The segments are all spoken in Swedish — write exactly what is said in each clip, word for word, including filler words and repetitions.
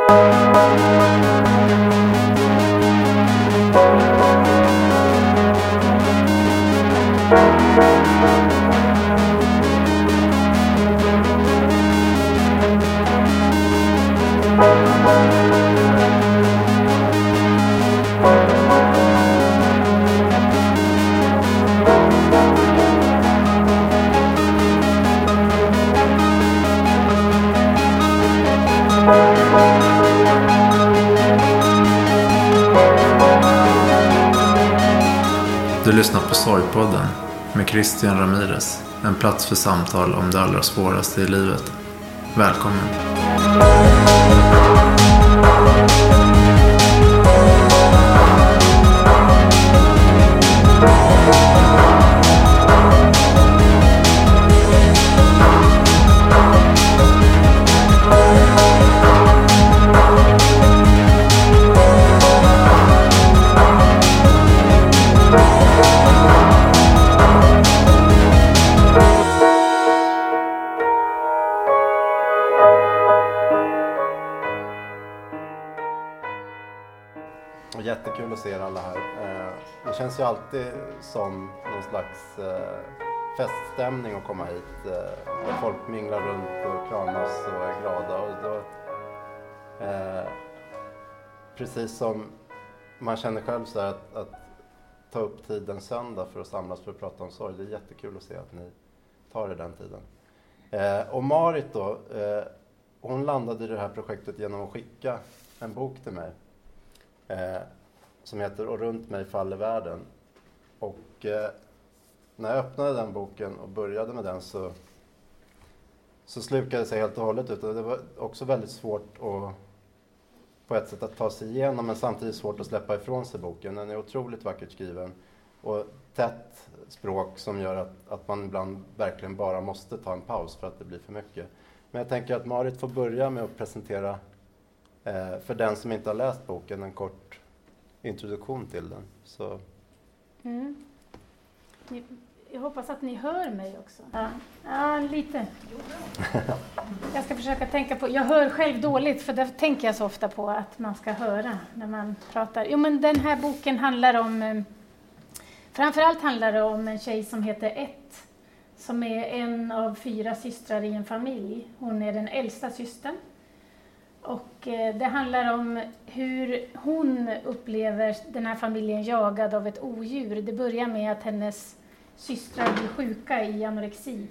Du lyssnar på Sorgpodden med Christian Ramirez. En plats för samtal om det allra svåraste i livet. Välkommen! Jättekul att se er alla här. Det känns ju alltid som någon slags feststämning att komma hit. Folk minglar runt och kramas och är glada. Och då, precis som man känner själv så här att, att ta upp tiden söndag för att samlas för att prata om sorg. Det är jättekul att se att ni tar er den tiden. Och Marit då, hon landade i det här projektet genom att skicka en bok till mig. Eh, som heter Och runt mig faller världen. Och eh, när jag öppnade den boken och började med den så, så slukade det sig helt och hållet ut. Och det var också väldigt svårt att, på ett sätt att ta sig igenom, men samtidigt svårt att släppa ifrån sig boken. Den är otroligt vackert skriven och tätt språk som gör att, att man ibland verkligen bara måste ta en paus för att det blir för mycket. Men jag tänker att Marit får börja med att presentera för den som inte har läst boken, en kort introduktion till den. Så. Mm. Jag hoppas att ni hör mig också. Ja, ja lite. Jag ska försöka tänka på, jag hör själv dåligt för där tänker jag så ofta på att man ska höra när man pratar. Jo, men den här boken handlar om, framförallt handlar det om en tjej som heter Ett, som är en av fyra systrar i en familj. Hon är den äldsta systern. Och det handlar om hur hon upplever den här familjen jagad av ett odjur. Det börjar med att hennes systrar blir sjuka i anorexi.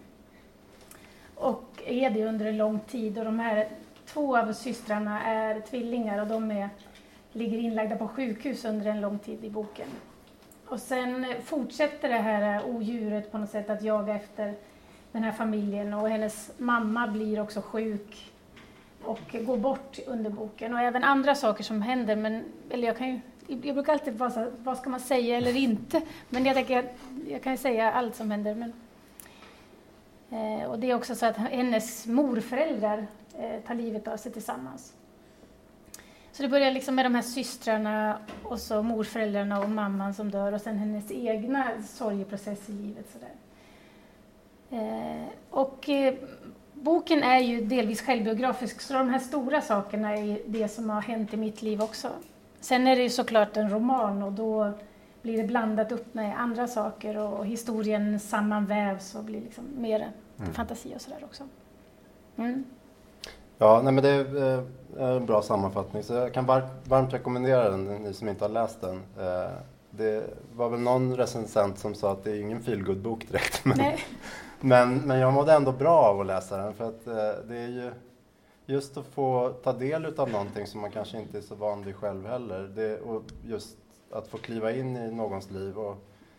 Och är det under en lång tid. Och de här två av systrarna är tvillingar och de är, ligger inlagda på sjukhus under en lång tid i boken. Och sen fortsätter det här odjuret på något sätt att jaga efter den här familjen. Och hennes mamma blir också sjuk och går bort under boken. Och även andra saker som händer. Men, eller jag, kan ju, jag brukar alltid vara så här, vad ska man säga eller inte? Men jag tänker, jag kan ju säga allt som händer. Men, eh, och det är också så att hennes morföräldrar eh, tar livet av sig tillsammans. Så det börjar liksom med de här systrarna och så morföräldrarna och mamman som dör. Och sen hennes egna sorgeprocess i livet. Så där. Eh, och... Eh, Boken är ju delvis självbiografisk, så de här stora sakerna är det som har hänt i mitt liv också. Sen är det ju såklart en roman och då blir det blandat upp med andra saker och historien sammanvävs och blir liksom mer mm. fantasi och sådär också. Mm. Ja, nej men det är en bra sammanfattning, så jag kan varmt, varmt rekommendera den, ni som inte har läst den. Det var väl någon recensent som sa att det är ingen feelgood-bok direkt. Men, men, men jag mådde ändå bra av att läsa den. För att eh, det är ju just att få ta del av någonting som man kanske inte är så van vid själv heller. Det, och just att få kliva in i någons liv. Och,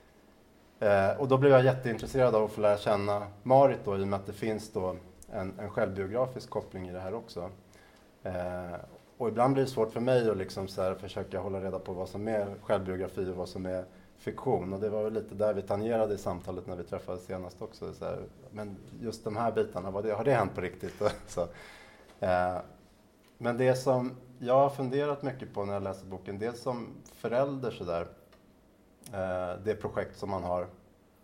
eh, och då blev jag jätteintresserad av att få lära känna Marit då, i och med att det finns då en, en självbiografisk koppling i det här också. Eh, och ibland blir det svårt för mig att liksom så här försöka hålla reda på vad som är självbiografi och vad som är fiktion. Och det var väl lite där vi tangerade i samtalet när vi träffades senast också. Så här, men just de här bitarna, vad det, har det hänt på riktigt? så, eh, men det som jag har funderat mycket på när jag läser boken, dels som förälder så där, eh, det projekt som man har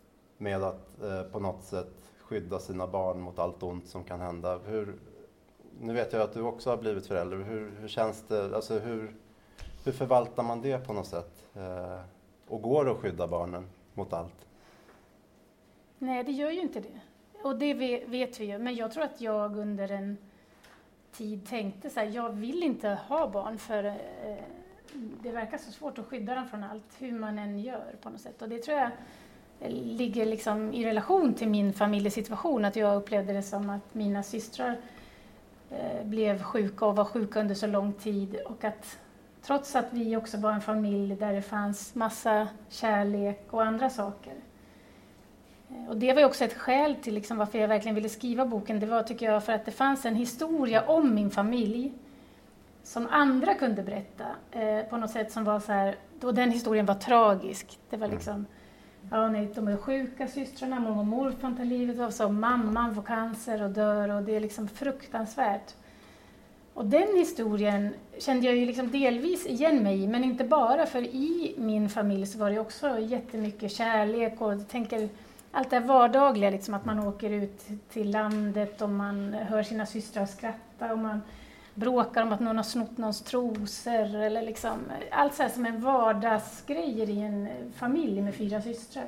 med att eh, på något sätt skydda sina barn mot allt ont som kan hända. Hur, nu vet jag att du också har blivit förälder. Hur, hur känns det, alltså hur, hur förvaltar man det på något sätt? Eh, och går det att skydda barnen mot allt? Nej, det gör ju inte det. Och det vet vi ju. Men jag tror att jag under en tid tänkte så här, jag vill inte ha barn för eh, det verkar så svårt att skydda dem från allt, hur man än gör på något sätt. Och det tror jag ligger liksom i relation till min familjesituation, att jag upplevde det som att mina systrar eh, blev sjuka och var sjuka under så lång tid, och att trots att vi också var en familj där det fanns massa kärlek och andra saker. Eh, och det var ju också ett skäl till liksom varför jag verkligen ville skriva boken. Det var, tycker jag, för att det fanns en historia om min familj som andra kunde berätta eh, på något sätt som var så här, då den historien var tragisk. Det var liksom, ja nej, de är sjuka systrarna, mormor och morfar tar livet av sig, mamman får cancer och dör, och det är liksom fruktansvärt. Och den historien kände jag ju liksom delvis igen mig i, men inte bara, för i min familj så var det också jättemycket kärlek, och jag tänker allt det vardagliga, liksom att man åker ut till landet och man hör sina systrar skratta och man bråkar om att någon har snott någons trosor, eller liksom allt så här som en vardagsgrejer i en familj med fyra systrar.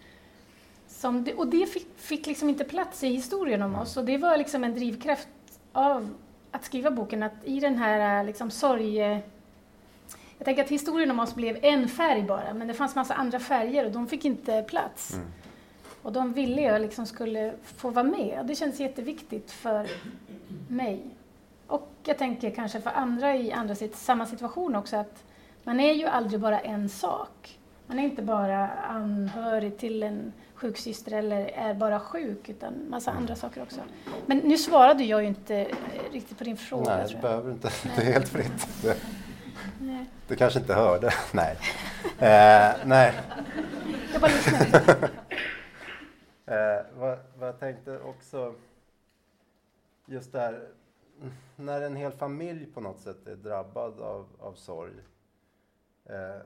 Som det, och det fick, fick liksom inte plats i historien om oss, och det var liksom en drivkraft av att skriva boken, att i den här liksom sorge... Jag tänker att historien om oss blev en färg bara, men det fanns massa andra färger och de fick inte plats. Mm. Och de ville jag liksom skulle få vara med, och det känns jätteviktigt för mig. Och jag tänker kanske för andra i andra sit- samma situation också, att man är ju aldrig bara en sak. Man är inte bara anhörig till en sjuksyster eller är bara sjuk, utan massa andra saker också. Men nu svarade jag ju inte riktigt på din fråga. Nej, du behöver inte. Nej. Det är helt fritt. Det, nej. Du kanske inte hörde. Nej. eh, nej. Jag bara lyssnade. eh, vad, vad jag tänkte också, just där, när en hel familj på något sätt är drabbad av, av sorg, eh,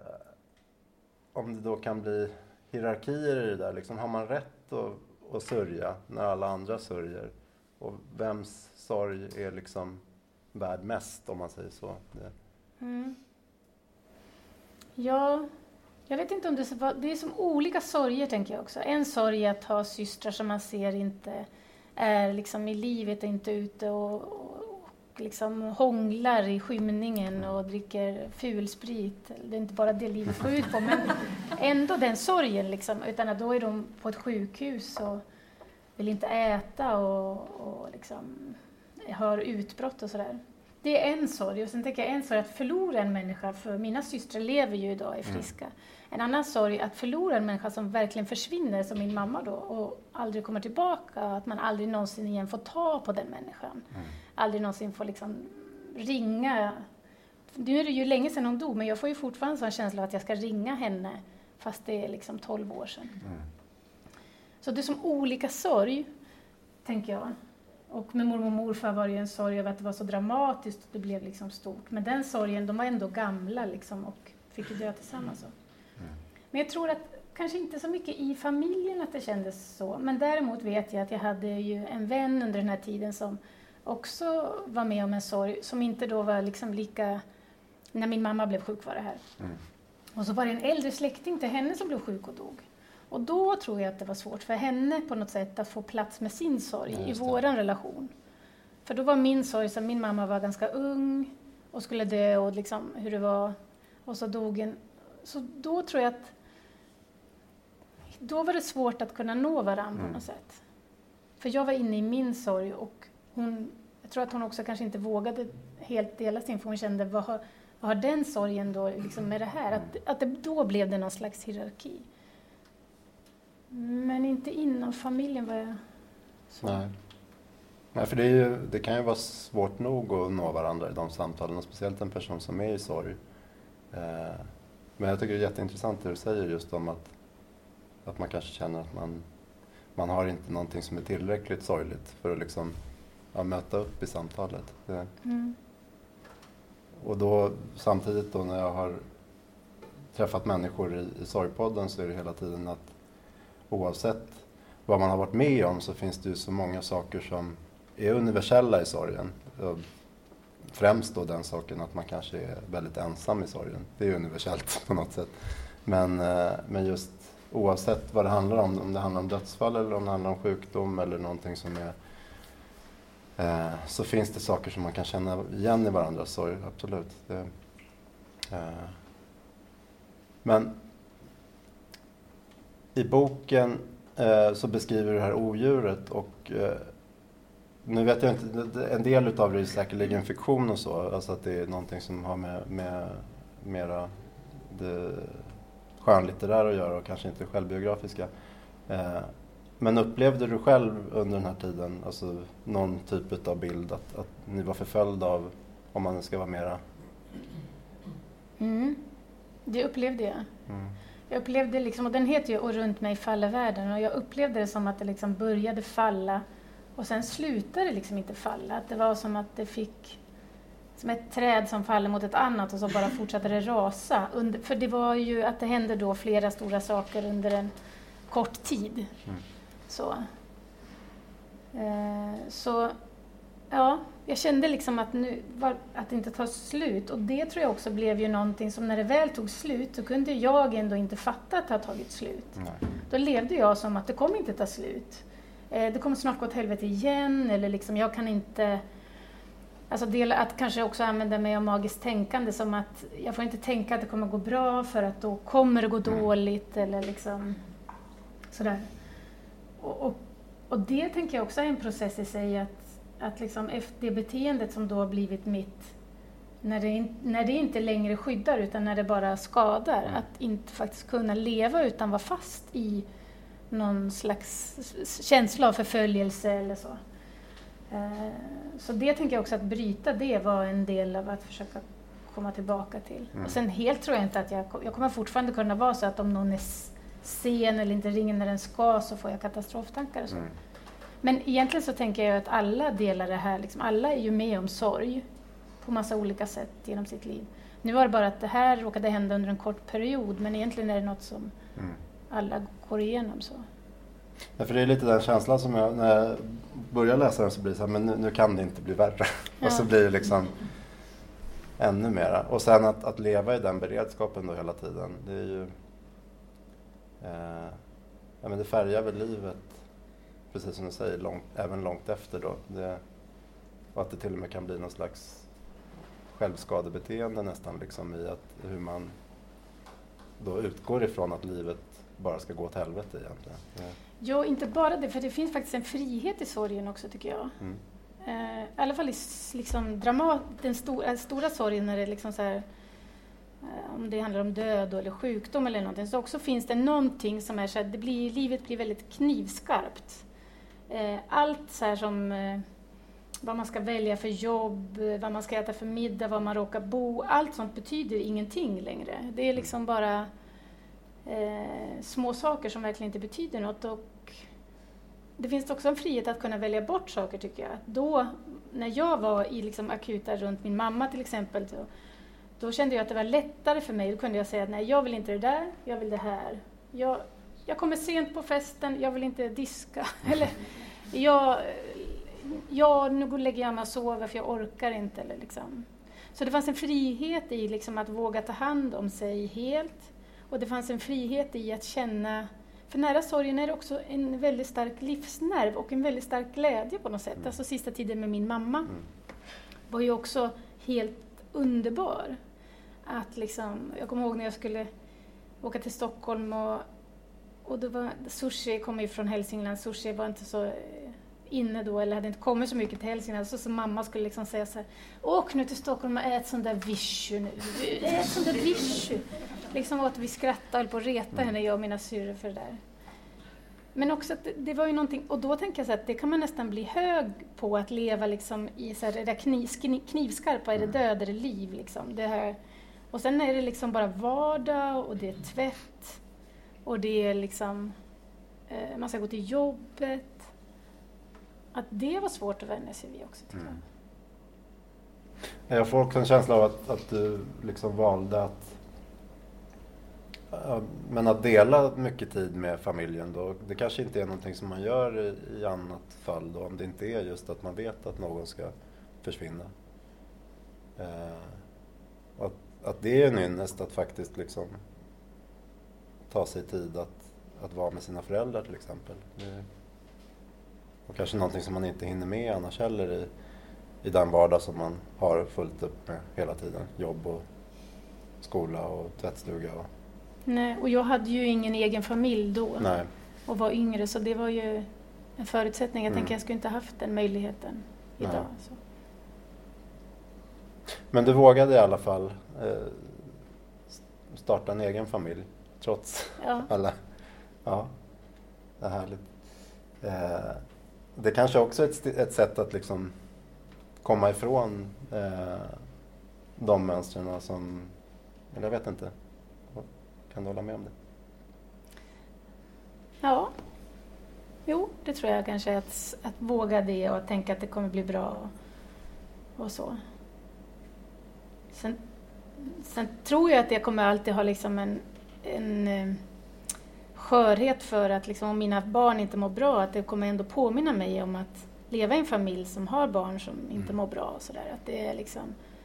om det då kan bli hierarkier i det där, liksom, har man rätt att, att sörja när alla andra sörjer? Och vems sorg är liksom värd mest, om man säger så? Det. Mm. Ja, jag vet inte om det är, det är som olika sorger, tänker jag också. En sorg är att ha systrar som man ser inte är liksom i livet, är inte ute och, och, och liksom hånglar i skymningen och dricker fulsprit. Det är inte bara det livet går ut på, men ändå den sorgen liksom, utan att då är de på ett sjukhus och vill inte äta och, och liksom har utbrott och sådär. Det är en sorg, och sen tänker jag en sorg att förlora en människa, för mina systrar lever ju idag, är friska. Mm. En annan sorg att förlora en människa som verkligen försvinner, som min mamma då, och aldrig kommer tillbaka, att man aldrig någonsin igen får ta på den människan. Mm. Aldrig någonsin får liksom ringa. Nu är det ju länge sedan hon dog, men jag får ju fortfarande en sån känsla att jag ska ringa henne, fast det är liksom tolv år sedan. Mm. Så det är som olika sorg, tänker jag. Och med mormor och morfar var det ju en sorg över att det var så dramatiskt och det blev liksom stort. Men den sorgen, de var ändå gamla liksom och fick ju dö tillsammans. Mm. Men jag tror att kanske inte så mycket i familjen att det kändes så. Men däremot vet jag att jag hade ju en vän under den här tiden som också var med om en sorg. Som inte då var liksom lika, när min mamma blev sjuk var det här. Mm. Och så var det en äldre släkting till henne som blev sjuk och dog. Och då tror jag att det var svårt för henne på något sätt att få plats med sin sorg i våran relation. För då var min sorg, så min mamma var ganska ung och skulle dö, och liksom hur det var. Och så dog en. Så då tror jag att då var det svårt att kunna nå varandra mm. på något sätt. För jag var inne i min sorg, och hon, jag tror att hon också kanske inte vågade helt dela sin, för hon kände, vad har, vad har den sorgen då liksom med det här? Att, att det, då blev det någon slags hierarki. Men inte inom familjen var jag så. Nej. Nej, för det, är ju, det kan ju vara svårt nog att nå varandra i de samtalen, speciellt en person som är i sorg. Eh, men jag tycker det är jätteintressant det du säger just om att, att man kanske känner att man, man har inte någonting som är tillräckligt sorgligt för att liksom, ja, möta upp i samtalet. Det. Mm. Och då samtidigt då när jag har träffat människor i, i sorgpodden, så är det hela tiden att oavsett vad man har varit med om, så finns det ju så många saker som är universella i sorgen. Främst då den saken att man kanske är väldigt ensam i sorgen. Det är universellt på något sätt. Men, men just oavsett vad det handlar om, om det handlar om dödsfall eller om det handlar om sjukdom eller någonting som är, eh, så finns det saker som man kan känna igen i varandras sorg, absolut. Det, eh. Men i boken eh, så beskriver du det här odjuret och eh, nu vet jag inte, en del utav det är säkerligen fiktion och så, alltså att det är någonting som har med, med mera det skönlitterära att göra och kanske inte självbiografiska. Eh, men upplevde du själv under den här tiden alltså någon typ av bild att, att ni var förföljda av, om man ska vara mera? Mm, det upplevde jag. Mm. Jag upplevde liksom, och den heter ju Och runt mig faller världen, och jag upplevde det som att det liksom började falla och sen slutade det liksom inte falla. Att det var som att det fick, som ett träd som faller mot ett annat och så bara fortsatte det rasa. Under, för det var ju att det hände då flera stora saker under en kort tid. Mm. Så. Eh, så, ja, jag kände liksom att, nu, var, att det inte tar slut. Och det tror jag också blev ju någonting som när det väl tog slut så kunde jag ändå inte fatta att det har tagit slut. Nej. Då levde jag som att det kommer inte ta slut. Eh, det kommer snart gå åt helvete igen, eller liksom jag kan inte... Alltså del, att kanske också använda mig av magiskt tänkande som att jag får inte tänka att det kommer gå bra för att då kommer det gå dåligt eller liksom sådär. Och, och, och det tänker jag också är en process i sig att, att liksom efter det beteendet som då har blivit mitt, när det, in, när det inte längre skyddar utan när det bara skadar, mm. att inte faktiskt kunna leva utan vara fast i någon slags känsla av förföljelse eller så. Så det tänker jag också att bryta, det var en del av att försöka komma tillbaka till. Mm. Och sen helt tror jag inte att jag, jag kommer fortfarande kunna vara så att om någon är sen eller inte ringer när den ska så får jag katastroftankar och så. Mm. Men egentligen så tänker jag att alla delar det här, liksom, alla är ju med om sorg på massa olika sätt genom sitt liv. Nu var det bara att det här råkade hända under en kort period, men egentligen är det något som mm. alla går igenom så. Ja, för det är lite den känslan som jag, när jag börjar läsa den så blir det så här, men nu, nu kan det inte bli värre. Ja. Och så blir det liksom ännu mera. Och sen att, att leva i den beredskapen då hela tiden, det är ju, eh, ja men det färgar väl livet, precis som du säger, långt, även långt efter då. Det, och att det till och med kan bli någon slags självskadebeteende nästan liksom i att hur man då utgår ifrån att livet bara ska gå åt helvete egentligen. Ja. Jo, inte bara det, för det finns faktiskt en frihet i sorgen också tycker jag. Mm. Eh, I alla fall i liksom dramat, den stora, stora sorgen när det liksom så här, eh, om det handlar om död eller sjukdom eller någonting, så också finns det någonting som är så här, det blir, livet blir väldigt knivskarpt. Eh, allt så här som eh, vad man ska välja för jobb, vad man ska äta för middag, var man råkar bo, allt sånt betyder ingenting längre. Det är liksom bara Eh, små saker som verkligen inte betyder något, och det finns också en frihet att kunna välja bort saker tycker jag. Då, när jag var i liksom akuta runt min mamma till exempel, då, då kände jag att det var lättare för mig. Då kunde jag säga att nej, jag vill inte det där, jag vill det här. Jag, jag kommer sent på festen, jag vill inte diska. Eller jag, jag, nu lägger jag mig och sover för jag orkar inte. Eller liksom. Så det fanns en frihet i liksom att våga ta hand om sig helt. Och det fanns en frihet i att känna, för nära sorgen är det också en väldigt stark livsnerv och en väldigt stark glädje på något sätt. Mm. Alltså sista tiden med min mamma mm. var ju också helt underbar. Att liksom, jag kommer ihåg när jag skulle åka till Stockholm och, och det var, sushi kommer ju från Hälsingland, sushi var inte så inne då, eller hade inte kommit så mycket till Hälsingland, så, så mamma skulle liksom säga så här: åk nu till Stockholm och ät sån där vischu nu, ät sån där vischu. Liksom att vi skrattade på att reta henne, jag och mina syrror, för det där. Men också att det, det var ju någonting, och då tänker jag så att det kan man nästan bli hög på, att leva liksom i så här, det där kniv, knivskarpa, är det död, är det liv liksom. Det här. Och sen är det liksom bara vardag, och det är tvätt, och det är liksom, eh, man ska gå till jobbet. Att det var svårt att vänja sig vid också, tycker mm. jag. Jag får också en känsla av att, att du liksom valde att Men att dela mycket tid med familjen då, det kanske inte är någonting som man gör i, i annat fall då, om det inte är just att man vet att någon ska försvinna. Eh, att, att det är en ynnest att faktiskt liksom ta sig tid att, att vara med sina föräldrar till exempel. Det, och kanske någonting som man inte hinner med annars heller i, i den vardag som man har fullt upp med hela tiden. Jobb och skola och tvättstuga och... Nej, och jag hade ju ingen egen familj då. Nej. Och var yngre, så det var ju en förutsättning. Jag Mm. tänker jag skulle inte haft den möjligheten idag. Nej. Så. Men du vågade i alla fall eh, starta en egen familj trots Ja. alla... Ja, det är härligt. Eh, det kanske också är ett, st- ett sätt att liksom komma ifrån eh, de mönstren som... Eller jag vet inte. Kan du hålla med om det? Ja, jo, det tror jag kanske. Att, att våga det och tänka att det kommer bli bra och, och så. Sen, sen tror jag att jag kommer alltid ha liksom en, en eh, skörhet för att liksom, om mina barn inte mår bra, att det kommer ändå påminna mig om att leva i en familj som har barn som inte Mm. mår bra och sådär. Att det är liksom...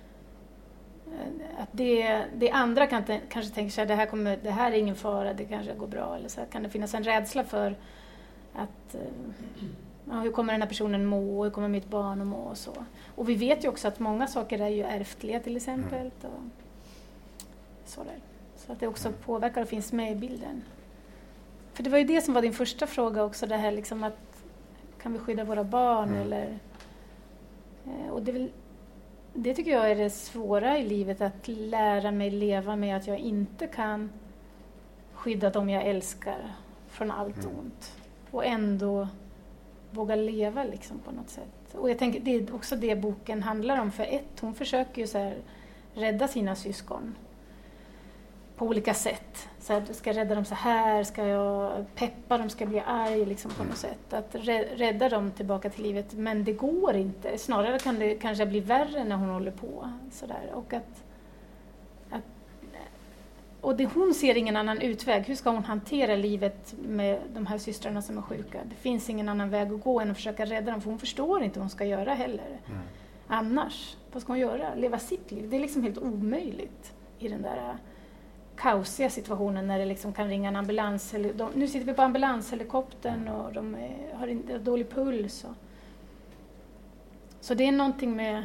Att det, det andra kan t- kanske tänka sig att det här, kommer, det här är ingen fara, det kanske går bra. Eller så här, kan det finnas en rädsla för att eh, ja, hur kommer den här personen må, hur kommer mitt barn att må och så. Och vi vet ju också att många saker är ju ärftliga till exempel. Och så, där. Så att det också påverkar och finns med i bilden. För det var ju det som var din första fråga också, det här liksom att kan vi skydda våra barn Mm. eller... Eh, och det är väl... Det tycker jag är det svåra i livet, att lära mig leva med att jag inte kan skydda dem jag älskar från allt Mm. ont. Och ändå våga leva liksom på något sätt. Och jag tänker, det är också det boken handlar om. För ett, hon försöker ju så här rädda sina syskon på olika sätt. Så här, ska jag rädda dem så här, ska jag peppa dem, ska jag bli arg liksom på något sätt. Att rä- rädda dem tillbaka till livet, men det går inte. Snarare kan det kanske bli värre när hon håller på. Så där. Och, att, att, och det, hon ser ingen annan utväg. Hur ska hon hantera livet med de här systrarna som är sjuka? Det finns ingen annan väg att gå än att försöka rädda dem, för hon förstår inte vad hon ska göra heller. Mm. Annars, vad ska hon göra? Leva sitt liv? Det är liksom helt omöjligt i den där kaosiga situationen när det liksom kan ringa en ambulans. Eller de, nu sitter vi på ambulanshelikoptern och de är, har inte dålig puls. Och. Så det är någonting med...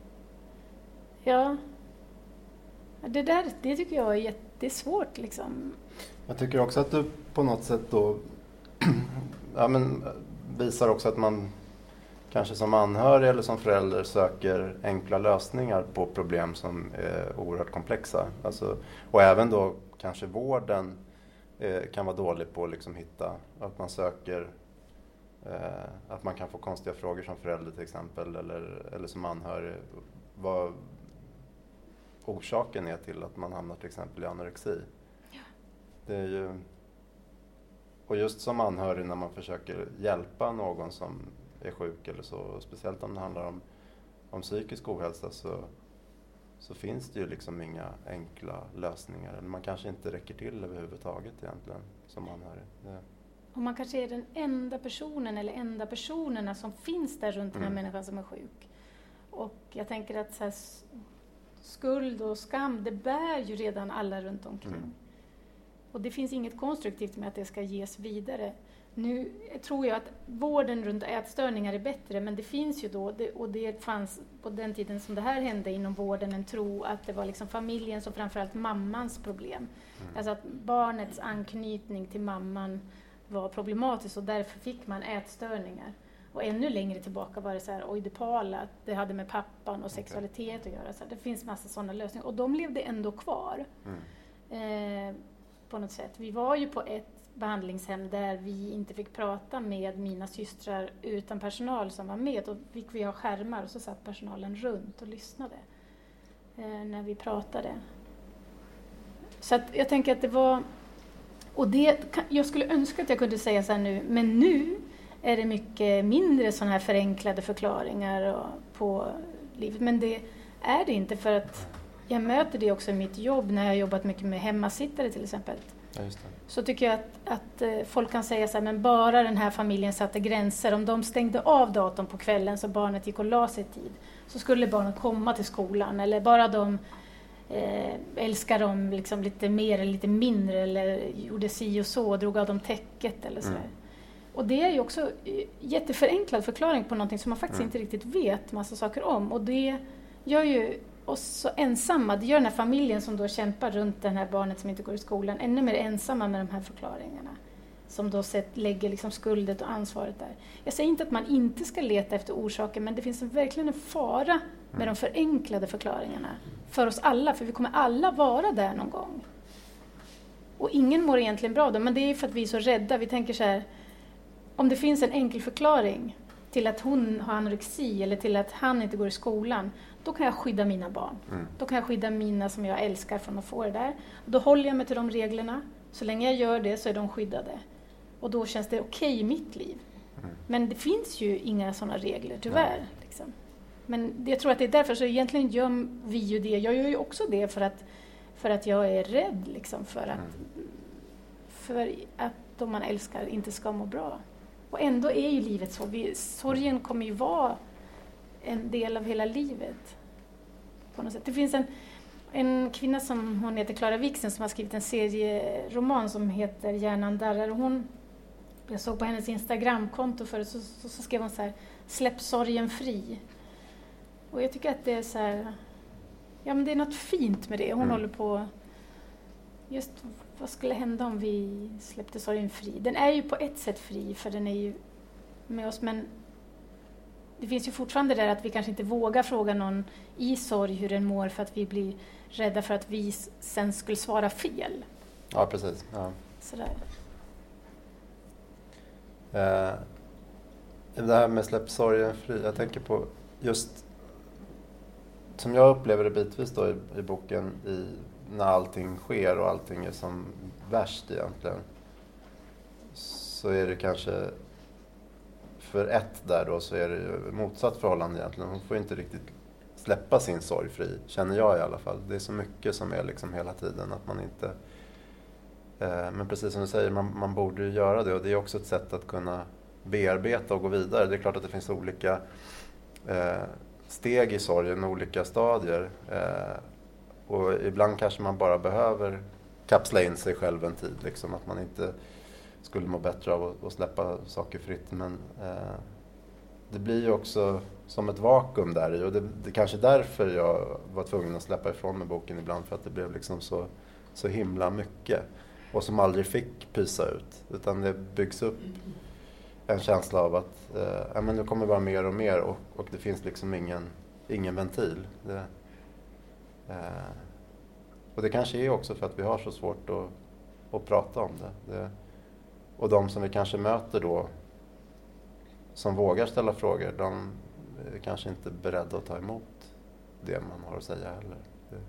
Ja, det där, det tycker jag är jättesvårt liksom. Jag tycker också att du på något sätt då ja, men, visar också att man kanske som anhörig eller som förälder söker enkla lösningar på problem som är oerhört komplexa. Alltså, och även då kanske vården eh, kan vara dålig på att liksom hitta, att man söker, eh, att man kan få konstiga frågor som förälder till exempel, eller, eller som anhörig, vad orsaken är till att man hamnar till exempel i anorexi. Ja. Det är ju, och just som anhörig när man försöker hjälpa någon som är sjuk eller så, speciellt om det handlar om, om psykisk ohälsa, så, så finns det ju liksom inga enkla lösningar. Eller man kanske inte räcker till överhuvudtaget egentligen som anhörig. Det... Och man kanske är den enda personen eller enda personerna som finns där runt den här Mm. människan som är sjuk. Och jag tänker att så här, skuld och skam, det bär ju redan alla runt omkring. Mm. Och det finns inget konstruktivt med att det ska ges vidare. Nu tror jag att vården runt ätstörningar är bättre, men det finns ju då, det, och det fanns på den tiden som det här hände inom vården, en tro att det var liksom familjens och framförallt mammans problem. Mm. Alltså att barnets anknytning till mamman var problematisk och därför fick man ätstörningar. Och ännu längre tillbaka var det så här oidipala, att det hade med pappan och sexualitet att göra. Så det finns massa sådana lösningar och de levde ändå kvar Mm. eh, på något sätt. Vi var ju på ett behandlingshem där vi inte fick prata med mina systrar utan personal som var med. Då fick vi ha skärmar och så satt personalen runt och lyssnade eh, när vi pratade. Så att jag tänker att det var... Och det, jag skulle önska att jag kunde säga så här nu, men nu är det mycket mindre sådana här förenklade förklaringar och, på livet. Men det är det inte, för att jag möter det också i mitt jobb när jag har jobbat mycket med hemmasittare till exempel. Ja, just det. Så tycker jag att, att folk kan säga så här, men bara den här familjen satte gränser. Om de stängde av datorn på kvällen så barnet gick och la sig tid, så skulle barnet komma till skolan. Eller bara de eh, älskar dem liksom lite mer eller lite mindre, eller gjorde si och så och drog av dem täcket eller så. Mm. Och det är ju också jätteförenklad förklaring på någonting som man faktiskt mm. inte riktigt vet massa saker om. Och det gör ju oss så ensamma. Det gör den här familjen som då kämpar runt det här barnet som inte går i skolan ännu mer ensamma med de här förklaringarna. Som då sett, lägger liksom skuldet och ansvaret där. Jag säger inte att man inte ska leta efter orsaker, men det finns en, verkligen en fara med de förenklade förklaringarna. För oss alla, för vi kommer alla vara där någon gång. Och ingen mår egentligen bra då, men det är för att vi är så rädda. Vi tänker så här, om det finns en enkel förklaring till att hon har anorexi eller till att han inte går i skolan, då kan jag skydda mina barn. Mm. Då kan jag skydda mina som jag älskar från att få det där. Och då håller jag mig till de reglerna. Så länge jag gör det så är de skyddade. Och då känns det okej i mitt liv. Mm. Men det finns ju inga sådana regler, tyvärr. Ja. Liksom. Men jag tror att det är därför, så egentligen gör vi ju det. Jag gör ju också det för att, för att jag är rädd. Liksom, för, att, mm. för att de man älskar inte ska må bra. Och ändå är ju livet så. Vi, sorgen kommer ju vara en del av hela livet. På något sätt. Det finns en, en kvinna som hon heter Clara Wiksen som har skrivit en serieroman som heter Hjärnan darrar. Och hon, jag såg på hennes Instagramkonto förut, så, så, så skrev hon så här: släpp sorgen fri. Och jag tycker att det är så här, ja men det är något fint med det. Hon mm. håller på, just vad skulle hända om vi släppte sorgen fri? Den är ju på ett sätt fri, för den är ju med oss, men det finns ju fortfarande där att vi kanske inte vågar fråga någon i sorg hur den mår, för att vi blir rädda för att vi sen skulle svara fel. Ja, precis. Ja. Sådär. Eh, det här med släpp sorgen fri, jag tänker på just som jag upplever det bitvis då i, i boken, i, när allting sker och allting är som värst egentligen, så är det kanske för ett där då, så är det ju motsatt förhållande egentligen. Hon får inte riktigt släppa sin sorg fri, känner jag i alla fall. Det är så mycket som är liksom hela tiden att man inte... Eh, men precis som du säger, man, man borde ju göra det, och det är också ett sätt att kunna bearbeta och gå vidare. Det är klart att det finns olika eh, steg i sorgen, olika stadier. Eh, och ibland kanske man bara behöver kapsla in sig själv en tid, liksom att man inte skulle må bättre av att släppa saker fritt, men eh, det blir ju också som ett vakuum där i, och det, det kanske är därför jag var tvungen att släppa ifrån mig boken ibland, för att det blev liksom så, så himla mycket och som aldrig fick pysa ut, utan det byggs upp en känsla av att eh, ja, men nu kommer det bara mer och mer, och, och det finns liksom ingen, ingen ventil. Det, eh, och det kanske är också för att vi har så svårt att, att prata om det. det Och de som vi kanske möter då, som vågar ställa frågor, de är kanske inte beredda att ta emot det man har att säga heller. Det.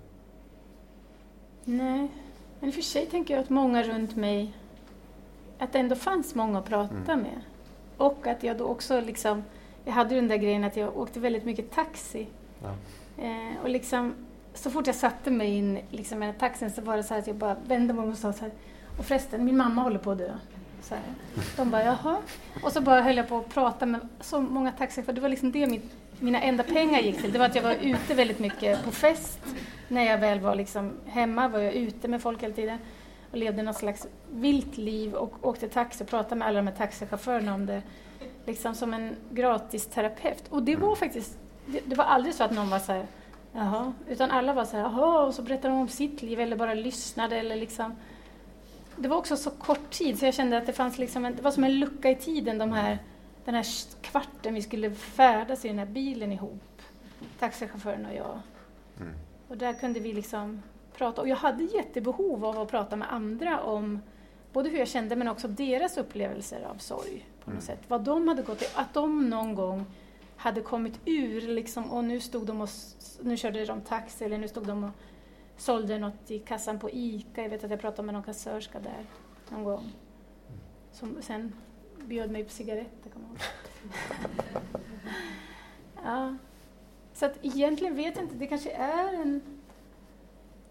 Nej, men i och för sig tänker jag att många runt mig, att det ändå fanns många att prata mm. med. Och att jag då också liksom, jag hade ju den där grejen att jag åkte väldigt mycket taxi. Ja. Eh, och liksom, så fort jag satte mig in liksom, i den taxin, så var det så här att jag bara vände mig och sa så här: och förresten, min mamma håller på att dö. Så här. De bara, jaha. Och så bara höll jag på att prata med så många taxichaufförer. Det var liksom det mitt, mina enda pengar gick till. Det var att jag var ute väldigt mycket på fest. När jag väl var liksom hemma var jag ute med folk hela tiden. Och levde något slags vilt liv. Och åkte taxi och pratade med alla de här taxichaufförerna om det. Liksom som en gratis terapeut. Och det var faktiskt, det, det var aldrig så att någon var så här, jaha. Utan alla var så här, jaha. Och så berättade de om sitt liv eller bara lyssnade eller liksom. Det var också så kort tid, så jag kände att det fanns liksom en, det var som en lucka i tiden, de här, den här kvarten vi skulle färdas i den här bilen ihop, taxichauffören och jag. Mm. Och där kunde vi liksom prata, och jag hade jättebehov av att prata med andra om både hur jag kände men också deras upplevelser av sorg på något mm. sätt. Vad de hade gått i, att de någon gång hade kommit ur liksom, och nu stod de och, nu körde de taxi eller nu stod de och sålde något i kassan på Ica. Jag vet att jag pratade med någon kassörska där någon gång. Som sen bjöd mig på cigaretter, kan man ihåg. Ja. Så att egentligen vet jag inte, det kanske är en...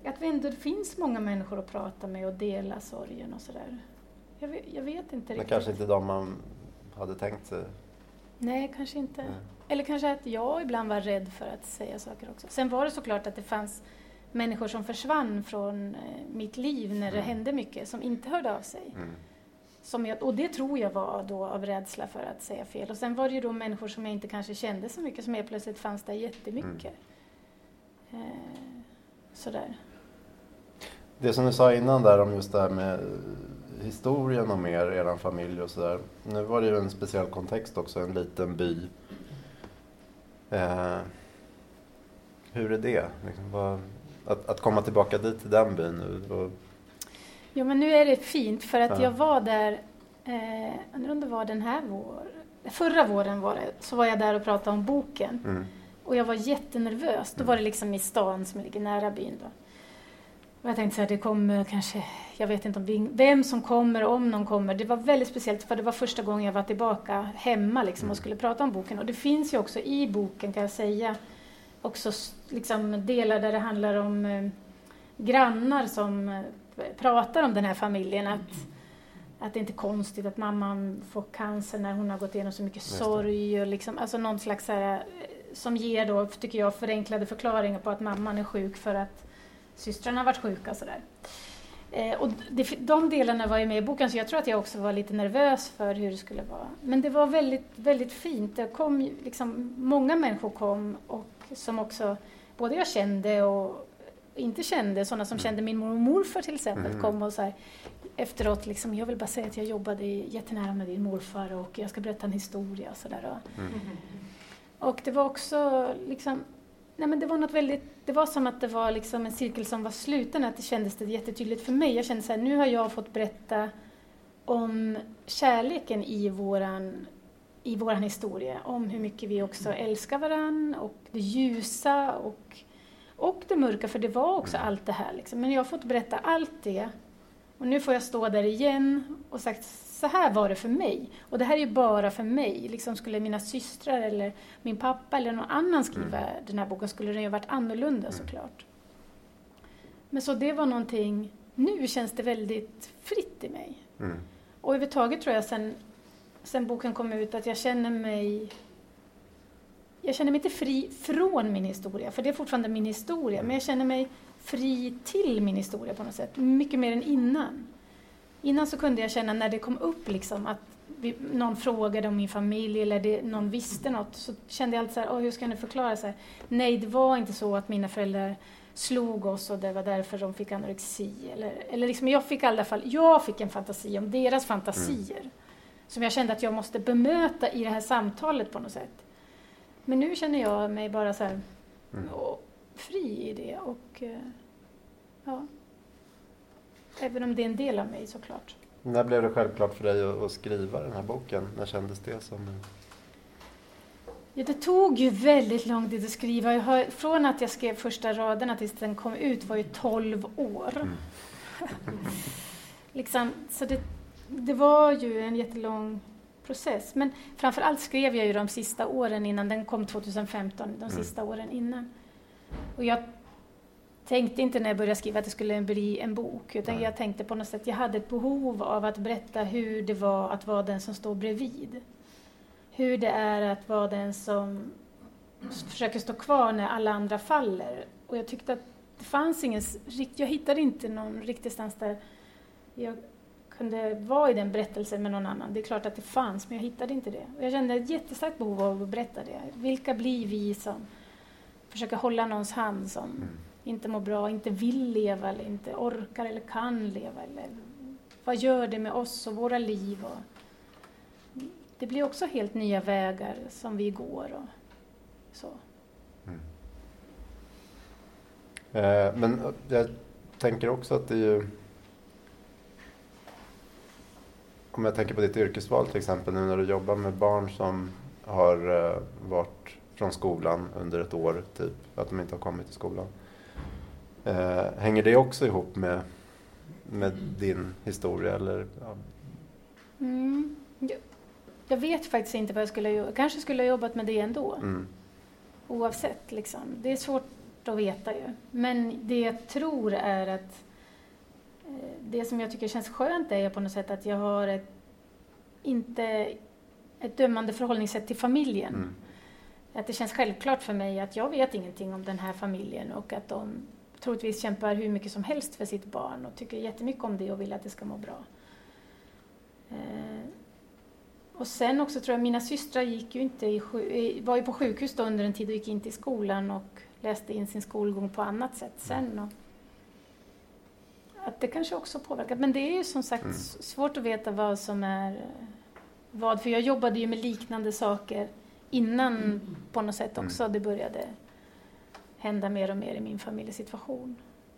att vi ändå, det finns många människor att prata med och dela sorgen och sådär. Jag vet, jag vet inte riktigt. Men kanske inte de man hade tänkt sig. Nej, kanske inte. Nej. Eller kanske att jag ibland var rädd för att säga saker också. Sen var det såklart att det fanns människor som försvann från eh, mitt liv när det Mm. hände mycket, som inte hörde av sig. Mm. Som jag, och det tror jag var då av rädsla för att säga fel. Och sen var det ju då människor som jag inte kanske kände så mycket, som helt plötsligt fanns där jättemycket. Mm. Eh, sådär. Det som du sa innan där om just det här med historien om er, er familj och sådär. Nu var det ju en speciell kontext också, en liten by. Eh, hur är det? Liksom, vad, att, att komma tillbaka dit till den byn nu? Och... Jo, men nu är det fint för att Ja. jag var där, eh, undrar om det var den här våren, förra våren var det, så var jag där och pratade om boken. Mm. Och jag var jättenervös. Då var det liksom i stan som ligger nära byn då. Och jag tänkte så här, det kommer kanske, jag vet inte om vi, vem som kommer, om någon kommer. Det var väldigt speciellt för det var första gången jag var tillbaka hemma liksom, och skulle prata om boken. Och det finns ju också i boken, kan jag säga, också liksom delar där det handlar om eh, grannar som eh, pratar om den här familjen. Att, att det inte är konstigt att mamman får cancer när hon har gått igenom så mycket sorg. Och liksom, alltså någon slags så här, som ger då, tycker jag, förenklade förklaringar på att mamman är sjuk för att systrarna har varit sjuka och sådär. Eh, och det, de delarna var ju med i boken, så jag tror att jag också var lite nervös för hur det skulle vara. Men det var väldigt, väldigt fint. Det kom liksom, många människor kom, och som också, både jag kände och inte kände, sådana som kände min mormor och morfar till exempel, Mm. kom och så här, efteråt liksom, jag vill bara säga att jag jobbade jättenära med din morfar och jag ska berätta en historia och sådär. Mm. Och det var också liksom, nej men det var något väldigt, det var som att det var liksom en cirkel som var sluten, att det kändes det jättetydligt för mig. Jag kände så här, nu har jag fått berätta om kärleken i våran, i våran historia, om hur mycket vi också älskar varann, och det ljusa och, och det mörka, för det var också allt det här liksom. Men jag har fått berätta allt det, och nu får jag stå där igen och sagt, så här var det för mig. Och det här är ju bara för mig. Liksom skulle mina systrar eller min pappa eller någon annan skriva mm. den här boken, skulle den ju varit annorlunda mm. såklart. Men så det var någonting, nu känns det väldigt fritt i mig. Mm. Och överhuvudtaget tror jag sen, sen boken kom ut att jag känner mig, jag känner mig inte fri från min historia, för det är fortfarande min historia. Men jag känner mig fri till min historia på något sätt, mycket mer än innan. Innan så kunde jag känna när det kom upp liksom, att vi, någon frågade om min familj eller det, någon visste något, så kände jag alltid så här, oh, hur ska jag förklara så här? Nej, det var inte så att mina föräldrar slog oss och det var därför de fick anorexi. Eller, eller liksom, jag fick i alla fall, jag fick en fantasi om deras fantasier mm. som jag kände att jag måste bemöta i det här samtalet på något sätt. Men nu känner jag mig bara så här mm. fri i det, och ja. Även om det är en del av mig såklart. När blev det självklart för dig att, att skriva den här boken? När kändes det som? Ja, det tog ju väldigt lång tid att skriva. Jag har, från att jag skrev första raderna tills den kom ut var ju tolv år. Mm. liksom, så det, det var ju en jättelång process. Men framförallt skrev jag ju de sista åren innan. Den kom tjugohundrafemton, de sista mm. åren innan. Och jag tänkte inte när jag började skriva att det skulle bli en bok, utan Nej. jag tänkte på något sätt, jag hade ett behov av att berätta hur det var att vara den som står bredvid. Hur det är att vara den som försöker stå kvar när alla andra faller. Och jag tyckte att det fanns ingen, jag hittade inte någon riktig stans där jag kunde vara i den berättelsen med någon annan. Det är klart att det fanns, men jag hittade inte det. Och jag kände ett jättestarkt behov av att berätta det. Vilka blir vi som försöker hålla någons hand som mm. inte mår bra, inte vill leva eller inte orkar eller kan leva, eller vad gör det med oss och våra liv? Och det blir också helt nya vägar som vi går och så. Mm. Eh, men jag tänker också att det är ju, om jag tänker på ditt yrkesval till exempel, nu när du jobbar med barn som har eh, varit från skolan under ett år typ, att de inte har kommit till skolan. Eh, hänger det också ihop med, med din historia? Eller, ja. mm. jag, jag vet faktiskt inte vad jag skulle göra. Kanske skulle jag jobbat med det ändå. Mm. Oavsett. Liksom. Det är svårt. att veta ju. Men det jag tror är att eh, det som jag tycker känns skönt är på något sätt att jag har ett, inte ett dömande förhållningssätt till familjen. Mm. Att det känns självklart för mig att jag vet ingenting om den här familjen och att de troligtvis kämpar hur mycket som helst för sitt barn och tycker jättemycket om det och vill att det ska må bra. Eh, och sen också tror jag mina systrar gick ju inte i, var ju på sjukhus då under en tid och gick inte i skolan och läste in sin skolgång på annat sätt sen. Och att det kanske också påverkar. Men det är ju som sagt mm. svårt att veta vad som är vad. För jag jobbade ju med liknande saker innan mm. på något sätt också mm. det började hända mer och mer i min familjesituation.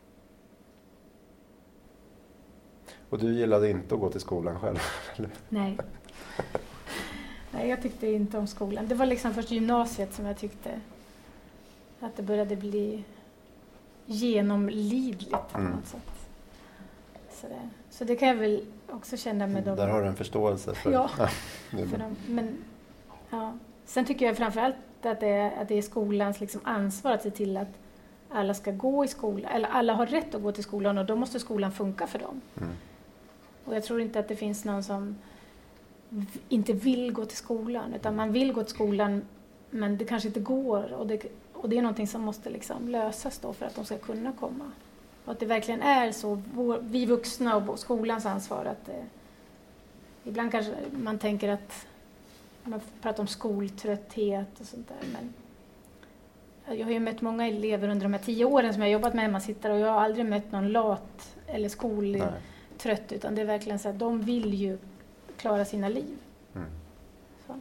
Och du gillade inte att gå till skolan själv? Eller? Nej. Nej, jag tyckte inte om skolan. Det var liksom först gymnasiet som jag tyckte att det började bli genomlidligt på mm. något sätt. Så det, så det kan jag väl också känna med dem. Där har du en förståelse för, ja, för dem. Men, ja. Sen tycker jag framförallt att det är, att det är skolans liksom ansvar att se till att alla ska gå i skolan. Eller alla har rätt att gå till skolan och då måste skolan funka för dem. Mm. Och jag tror inte att det finns någon som inte vill gå till skolan. Utan man vill gå till skolan men det kanske inte går. Och det, och det är någonting som måste liksom lösas då för att de ska kunna komma. Och att det verkligen är så, vår, vi vuxna och skolans ansvar att det, ibland kanske man tänker att man pratar om skoltrötthet och sånt där. Men jag har ju mött många elever under de här tio åren som jag har jobbat med hemmasittare och jag har aldrig mött någon lat eller skoltrött utan det är verkligen så att de vill ju klara sina liv. Mm. Så.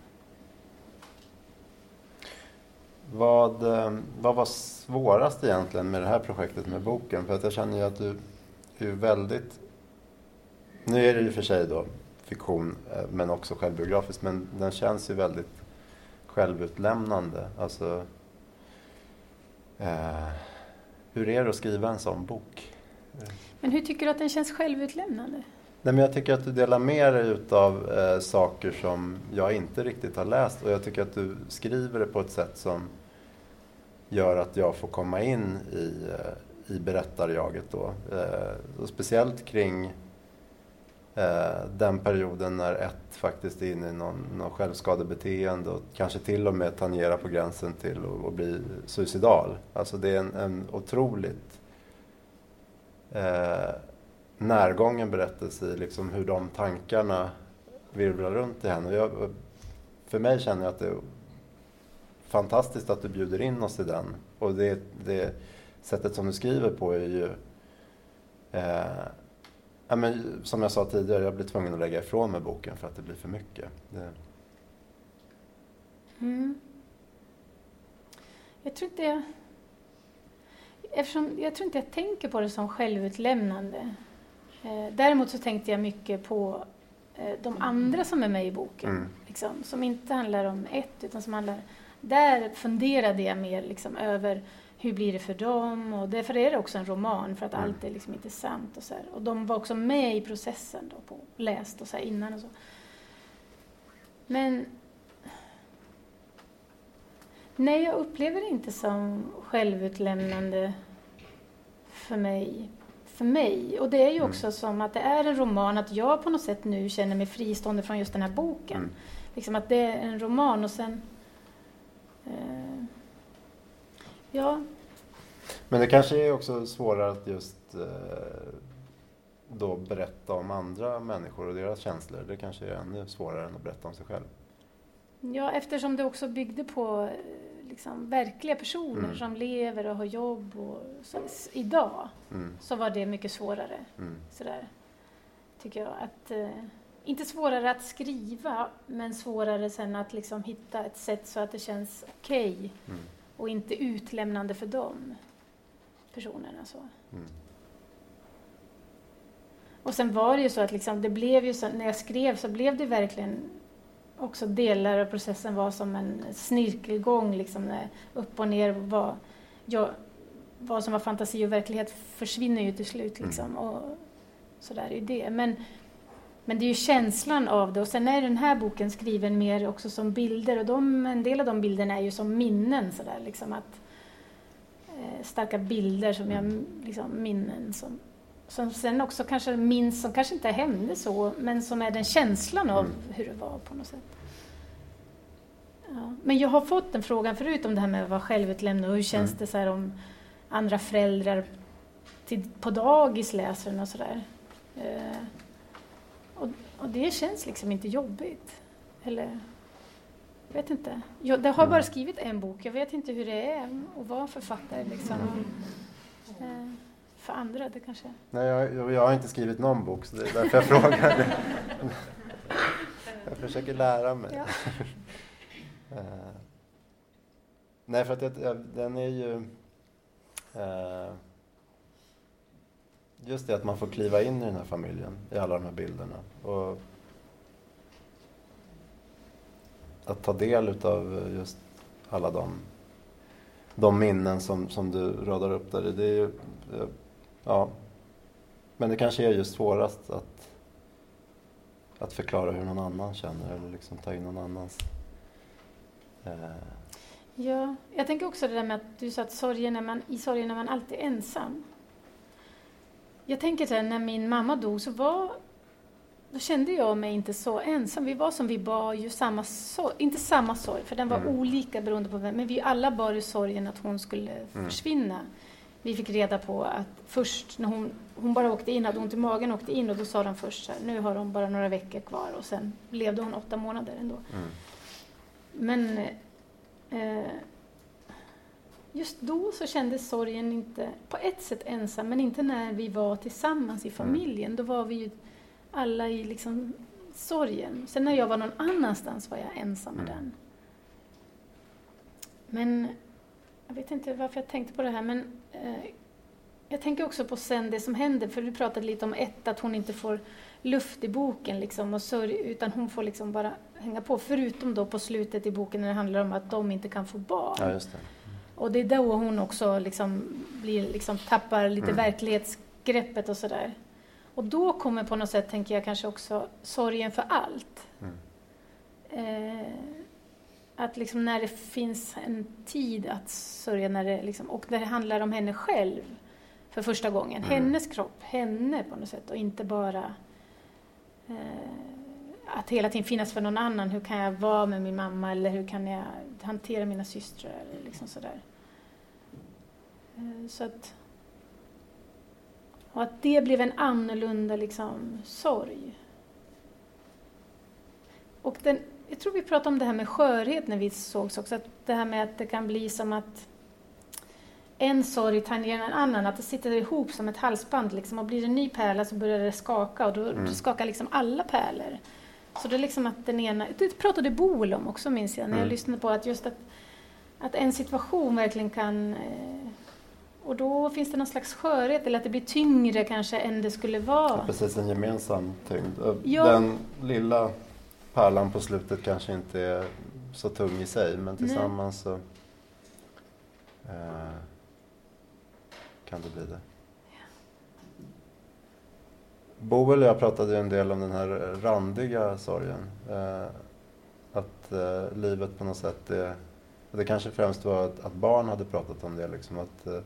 Vad, vad var svårast egentligen med det här projektet med boken? För att jag känner ju att du är väldigt, nu är det ju för sig då fiktion men också självbiografiskt, men den känns ju väldigt självutlämnande. Alltså, eh, hur är det att skriva en sån bok? Men hur tycker du att den känns självutlämnande? Nej, men jag tycker att du delar med dig utav eh, saker som jag inte riktigt har läst och jag tycker att du skriver det på ett sätt som gör att jag får komma in i, eh, i berättarjaget då. Eh, och speciellt kring den perioden när ett faktiskt är inne i någon, någon självskadebeteende och kanske till och med tangerar på gränsen till att, att bli suicidal. Alltså det är en, en otroligt eh, närgången berättelse i liksom hur de tankarna virvlar runt i henne. Jag, för mig känner jag att det är fantastiskt att du bjuder in oss i den. Och det, det sättet som du skriver på är ju eh, ja, men, som jag sa tidigare, jag blir tvungen att lägga ifrån mig boken för att det blir för mycket. Det... Mm. Jag tror inte jag... Eftersom jag tror inte jag tänker på det som självutlämnande. Eh, däremot så tänkte jag mycket på eh, de andra som är med i boken. Mm. Liksom, som inte handlar om ett, utan som handlar... Där funderade jag mer liksom, över... Hur blir det för dem? Och därför är det också en roman. För att mm. allt är liksom inte sant. Och, så här. Och de var också med i processen. Då, på, läst och så här innan och så. Men... Nej, jag upplever det inte som självutlämnande för mig. För mig. Och det är ju också mm. som att det är en roman. Att jag på något sätt nu känner mig fristående från just den här boken. Mm. Liksom att det är en roman och sen... Eh, Ja. Men det kanske är också svårare att just eh, då berätta om andra människor och deras känslor. Det kanske är ännu svårare än att berätta om sig själv. Ja, eftersom det också byggde på liksom, verkliga personer mm. som lever och har jobb och så, idag mm. så var det mycket svårare. Mm. Sådär, tycker jag. Att, eh, inte svårare att skriva, men svårare sen att liksom, hitta ett sätt så att det känns okej. Okay. Mm. Och inte utlämnande för de personerna. Så. Mm. Och sen var det ju så att liksom, det blev ju så, när jag skrev så blev det verkligen också delar av processen var som en snirkelgång. Liksom, när upp och ner var, ja, vad som var fantasi och verklighet försvinner ju till slut. Liksom, mm. och så där är det. Men, men det är ju känslan av det. Och sen är den här boken skriven mer också som bilder. Och de, en del av de bilderna är ju som minnen. Så där, liksom att, eh, starka bilder som jag liksom minnen som, som sen också kanske minns, som kanske inte hände så, men som är den känslan av hur det var på något sätt. Ja. Men jag har fått en fråga förut om det här med att vara självutlämnad och hur känns mm. det så här om andra föräldrar till, på dagis läser den och sådär. Eh, och, och det känns liksom inte jobbigt. Eller, jag vet inte. Jag det har bara skrivit en bok. Jag vet inte hur det är att vara författare liksom. Eh, för andra det kanske. Nej, jag, jag har inte skrivit någon bok så det är därför jag frågar. Jag försöker lära mig. Ja. uh, nej, för att jag, jag, den är ju uh, just det att man får kliva in i den här familjen i alla de här bilderna och att ta del utav just alla de de minnen som, som du radar upp där. Det är ju, ja, men det kanske är just svårast att att förklara hur någon annan känner eller liksom ta in någon annans. Eh. Ja, jag tänker också det där med att du sa att sorgen är man, i sorgen är man alltid ensam. Jag tänker så här, när min mamma dog så var då kände jag mig inte så ensam. Vi var som vi bar ju samma sorg, inte samma sorg för den var mm. olika beroende på vem, men vi alla bar ju sorgen att hon skulle mm. försvinna. Vi fick reda på att först när hon, hon bara åkte in, hade ont i magen, åkte in och då sa de först så här, nu har hon bara några veckor kvar och sen levde hon åtta månader ändå. Mm. Men eh, just då så kändes sorgen inte på ett sätt ensam, men inte när vi var tillsammans i familjen. Mm. Då var vi ju alla i liksom sorgen. Sen när jag var någon annanstans var jag ensam med mm. den. Men jag vet inte varför jag tänkte på det här, men eh, jag tänker också på sen det som händer, för du pratade lite om ett, att hon inte får luft i boken liksom, och sörj, utan hon får liksom bara hänga på, förutom då på slutet i boken när det handlar om att de inte kan få barn. Ja, just det. Och det är då hon också liksom blir, liksom tappar lite mm. verklighetsgreppet och sådär. Och då kommer på något sätt, tänker jag, kanske också sorgen för allt. Mm. Eh, att liksom när det finns en tid att sörja, när det liksom, och när det handlar om henne själv för första gången. Mm. Hennes kropp, henne på något sätt. Och inte bara eh, att hela tiden finnas för någon annan. Hur kan jag vara med min mamma? Eller hur kan jag hantera mina systrar? Eller liksom sådär. Eh, så att... Och att det blev en annorlunda liksom, sorg. Och den, jag tror vi pratade om det här med skörhet när vi sågs också. Att det här med att det kan bli som att en sorg tangerar en annan. Att det sitter ihop som ett halsband. Liksom, och blir det en ny pärla så börjar det skaka. Och då mm. skakar liksom alla pärlor. Så det är liksom att den ena... Det pratade Boel om också, minns jag. När jag mm. lyssnade på att just att, att en situation verkligen kan... Eh, Och då finns det någon slags skörhet, eller att det blir tyngre kanske än det skulle vara. Ja, precis, en gemensam tyngd. Ja. Den lilla pärlan på slutet kanske inte är så tung i sig, men tillsammans så eh, kan det bli det. Ja. Boel och jag pratade en del om den här randiga sorgen. Eh, att eh, livet på något sätt är... Det kanske främst var att, att barn hade pratat om det, liksom att... Eh,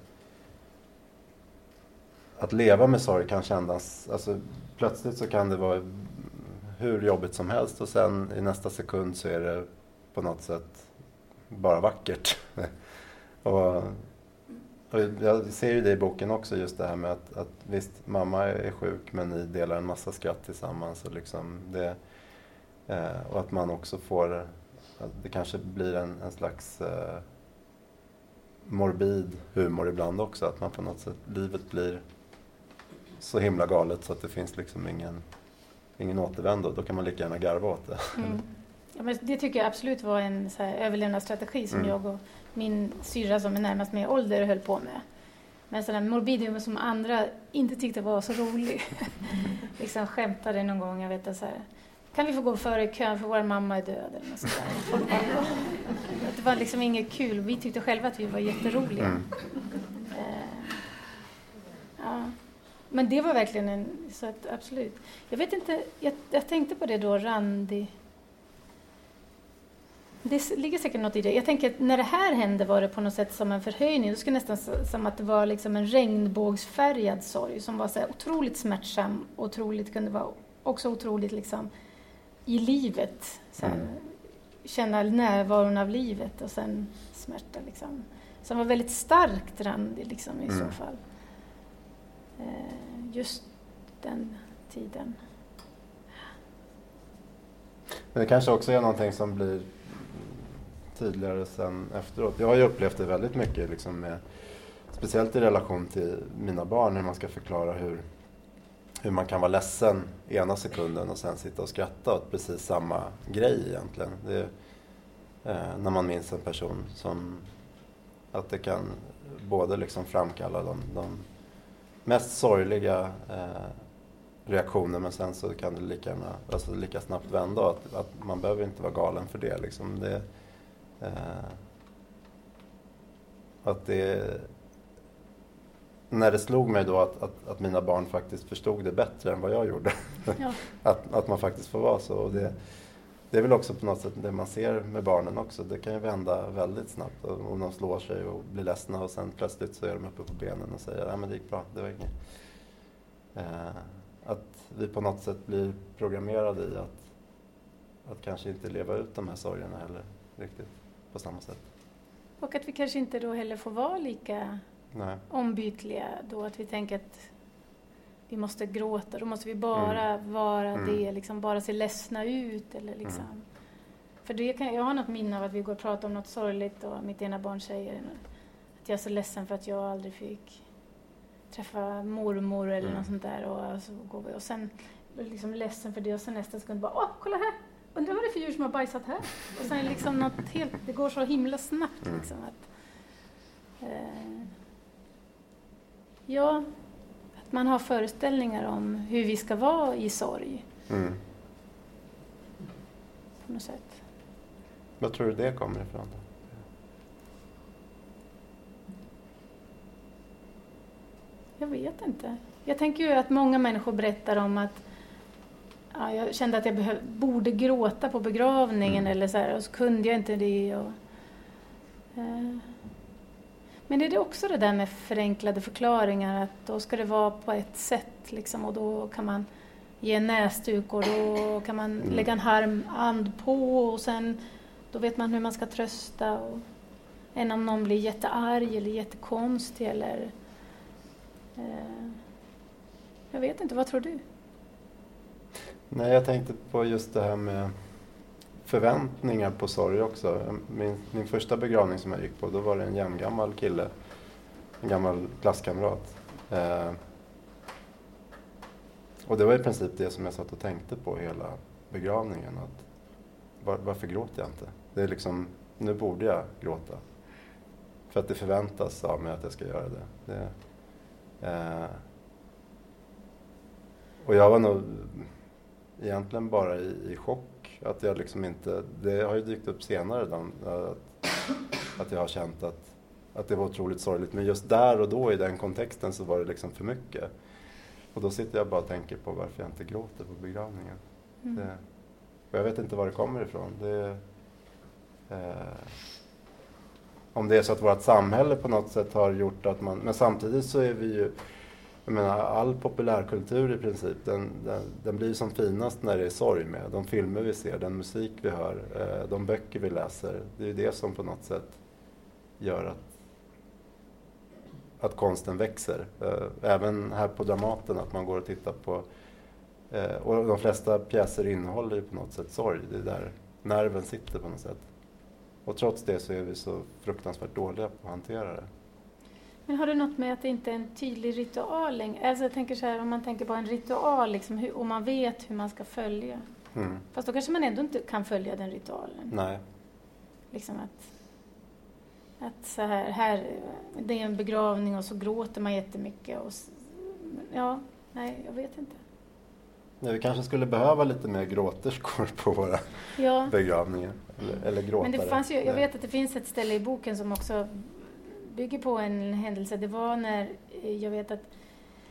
Att leva med sorg kan kännas, alltså plötsligt så kan det vara hur jobbigt som helst och sen i nästa sekund så är det på något sätt bara vackert. och, och jag ser ju det i boken också, just det här med att, att visst, mamma är sjuk men ni delar en massa skratt tillsammans och liksom det, eh, och att man också får, att det kanske blir en, en slags eh, morbid humor ibland också, att man på något sätt, livet blir så himla galet så att det finns liksom ingen, ingen återvändo. Då kan man lika gärna garva åt det. Mm. Ja, men det tycker jag absolut var en så här överlevnadsstrategi som mm. jag och min syra som är närmast med ålder höll på med. Men sådana morbid humor som andra inte tyckte var så rolig. liksom skämtade någon gång, jag vet att så här, kan vi få gå före i kön för vår mamma är död eller något sådär. Det var liksom inget kul. Vi tyckte själva att vi var jätteroliga. Mm. Uh, ja. Men det var verkligen en, så att absolut. Jag vet inte, jag, jag tänkte på det då, randig. Det ligger säkert något i det. Jag tänker att när det här hände var det på något sätt som en förhöjning. Det skulle nästan som att det var liksom en regnbågsfärgad sorg som var så här otroligt smärtsam. Otroligt, kunde vara också otroligt liksom i livet. Så här, mm. Känna närvaron av livet och sen smärta liksom. Som var väldigt starkt randig liksom i mm. så fall. Eh, just den tiden. Men det kanske också är någonting som blir tydligare sen efteråt. Jag har ju upplevt det väldigt mycket, liksom med, speciellt i relation till mina barn, hur man ska förklara hur, hur man kan vara ledsen ena sekunden och sen sitta och skratta åt precis samma grej egentligen. Det är, eh, när man minns en person som att det kan både liksom framkalla de, de mest sorgliga eh, reaktioner, men sen så kan det lika, gärna, alltså lika snabbt vända. Att, att man behöver inte vara galen för det. Liksom. det eh, att det när det slog mig då att, att, att mina barn faktiskt förstod det bättre än vad jag gjorde. Ja. att, att man faktiskt får vara så. Och det, det är väl också på något sätt det man ser med barnen också. Det kan ju vända väldigt snabbt. Om de slår sig och blir ledsna och sen plötsligt så är de uppe på benen och säger ja men det gick bra, det var inget. Eh, att vi på något sätt blir programmerade i att, att kanske inte leva ut de här sorgerna heller riktigt på samma sätt. Och att vi kanske inte då heller får vara lika Nej. ombytliga då, att vi tänker att vi måste gråta, då måste vi bara mm. vara mm. det, liksom bara se ledsna ut eller liksom. Mm. För det kan, jag har något minne av att vi går och pratar om något sorgligt och mitt ena barn säger att jag är så ledsen för att jag aldrig fick träffa mormor eller mm. något sånt där, och så går vi och sen liksom ledsen för det och sen nästa sekund bara åh, kolla här, undrar vad det är för djur som har bajsat här, och sen liksom något helt, det går så himla snabbt mm. liksom att eh, ja, att man har föreställningar om hur vi ska vara i sorg mm. på något sätt. Vad tror du det kommer ifrån då? Jag vet inte. Jag tänker ju att många människor berättar om att ja, jag kände att jag behöv, borde gråta på begravningen mm. eller så här, och så kunde jag inte det. Och, eh. Men är det också det där med förenklade förklaringar, att då ska det vara på ett sätt liksom, och då kan man ge en näsduk och då kan man mm. lägga en harm and på och sen då vet man hur man ska trösta. Och, än om någon blir jättearg eller jättekonstig eller eh, jag vet inte, vad tror du? Nej, jag tänkte på just det här med förväntningar på sorg också. Min, min första begravning som jag gick på, då var det en jämngammal kille, en gammal klasskamrat. Eh, och det var i princip det som jag satt och tänkte på hela begravningen. Att, var, varför gråter jag inte? Det är liksom, nu borde jag gråta. För att det förväntas av mig att jag ska göra det. det eh, och jag var nog egentligen bara i, i chock. Att jag liksom inte, det har ju dykt upp senare då, att, att jag har känt att, att det var otroligt sorgligt. Men just där och då i den kontexten så var det liksom för mycket. Och då sitter jag bara och tänker på varför jag inte gråter på begravningen. Mm. Det, och jag vet inte var det kommer ifrån. Det, eh, om det är så att vårt samhälle på något sätt har gjort att man, men samtidigt så är vi ju, jag menar, all populärkultur i princip, den, den, den blir som finast när det är sorg med. De filmer vi ser, den musik vi hör, eh, de böcker vi läser. Det är ju det som på något sätt gör att, att konsten växer. Eh, även här på Dramaten, att man går och tittar på, eh, och de flesta pjäser innehåller ju på något sätt sorg. Det är där nerven sitter på något sätt. Och trots det så är vi så fruktansvärt dåliga på att hantera det. Men har du något med att det inte är en tydlig ritual? Alltså jag tänker så här, om man tänker på en ritual, liksom, hur, och man vet hur man ska följa. Mm. Fast då kanske man ändå inte kan följa den ritualen. Nej. Liksom att, att så här, här, det är en begravning och så gråter man jättemycket. Och, ja, nej, jag vet inte. Ja, vi kanske skulle behöva lite mer gråterskor på våra ja. begravningar. Eller, eller gråtare. Men det fanns ju, jag vet att det finns ett ställe i boken som också bygger på en händelse. Det var när jag vet att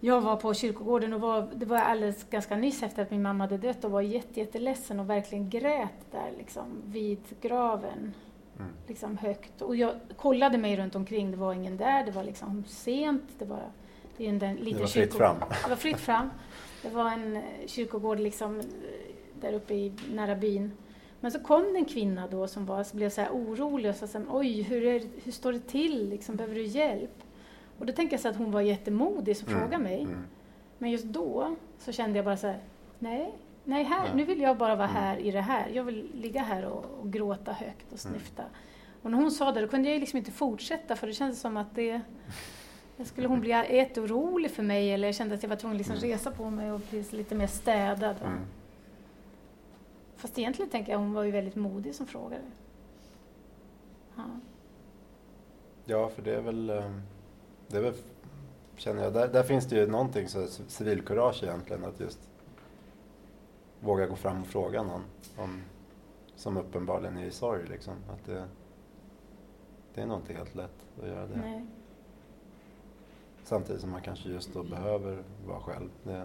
jag var på kyrkogården och var, det var alldeles ganska nyss efter att min mamma hade dött och var jätte, jätteledsen och verkligen grät där liksom vid graven. Mm. Liksom högt. Och jag kollade mig runt omkring, det var ingen där, det var liksom sent, det var, det är en, en liten det var fritt fram. Det var fritt fram. Det var en kyrkogård liksom där uppe i nära byn. Men så kom det en kvinna då som var, så blev så här orolig och sa oj, hur, är, hur står det till? Liksom, behöver du hjälp? Och då tänkte jag så att hon var jättemodig som mm. frågade mig. Mm. Men just då så kände jag bara så här, nej, nej här, nu vill jag bara vara mm. här i det här. Jag vill ligga här och, och gråta högt och snyfta. Mm. Och när hon sa det, då kunde jag liksom inte fortsätta, för det kändes som att det... Skulle hon bli jätteorolig för mig, eller jag kände att jag var tvungen att liksom resa på mig och bli lite mer städad. Va? Mm. Fast egentligen tänker jag att hon var ju väldigt modig som frågade. Ja, ja för det är väl, det är väl känner jag, där, där finns det ju någonting så civilkurage egentligen, att just våga gå fram och fråga någon om, som uppenbarligen är i sorg liksom, att det, det är nog inte helt lätt att göra det. Nej. Samtidigt som man kanske just då behöver vara själv. Det,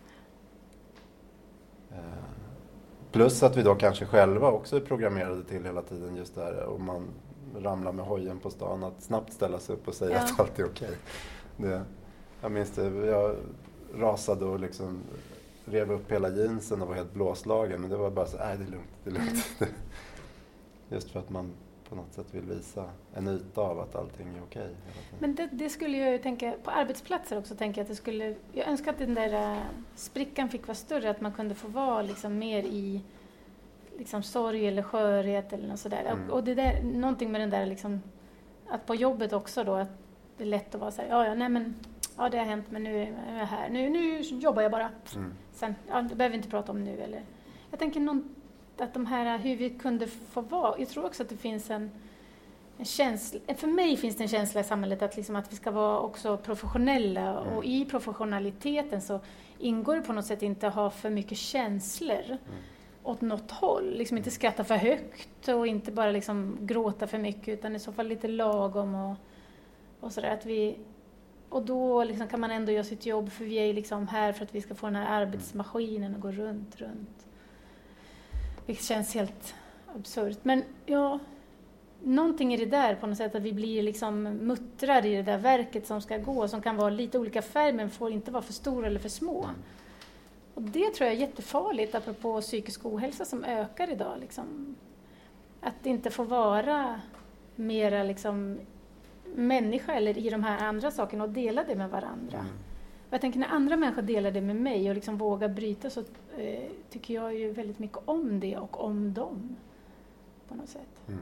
eh, plus att vi då kanske själva också är programmerade till hela tiden just där, om man ramlar med hojen på stan, att snabbt ställa sig upp och säga ja. att allt är okej. Det, jag minns det, jag rasade och liksom rev upp hela jeansen och var helt blåslagen, men det var bara så, nej det är lugnt, det är lugnt. Mm. Just för att man på något sätt vill visa en yta av att allting är okej. Men det, det skulle jag ju tänka, på arbetsplatser också tänker jag att det skulle, jag önskar att den där uh, sprickan fick vara större, att man kunde få vara liksom mer i liksom sorg eller skörhet eller något sådär. Mm. Och, och det där, någonting med den där liksom, att på jobbet också då, att det är lätt att vara så här, ja ja nej men, ja det har hänt men nu är jag här, nu, nu jobbar jag bara. Mm. Sen, ja det behöver vi inte prata om nu eller. Jag tänker någon, att de här, hur vi kunde få vara, jag tror också att det finns en, en känsla, för mig finns det en känsla i samhället att, liksom, att vi ska vara också professionella mm. och i professionaliteten så ingår det på något sätt inte att ha för mycket känslor mm. åt något håll, liksom inte skratta för högt och inte bara liksom gråta för mycket utan i så fall lite lagom och, och sådär att vi, och då liksom kan man ändå göra sitt jobb för vi är liksom här för att vi ska få den här arbetsmaskinen att gå runt, runt. Vilket känns helt absurt. Men ja, någonting i det där på något sätt att vi blir liksom muttrar i det där verket som ska gå. Som kan vara lite olika färg men får inte vara för stora eller för små. Och det tror jag är jättefarligt apropå psykisk ohälsa som ökar idag. Liksom. Att det inte får vara mera liksom människa eller i de här andra sakerna och dela det med varandra. Mm. Jag tänker när andra människor delar det med mig och liksom vågar bryta så eh, tycker jag ju väldigt mycket om det och om dem på något sätt. Mm.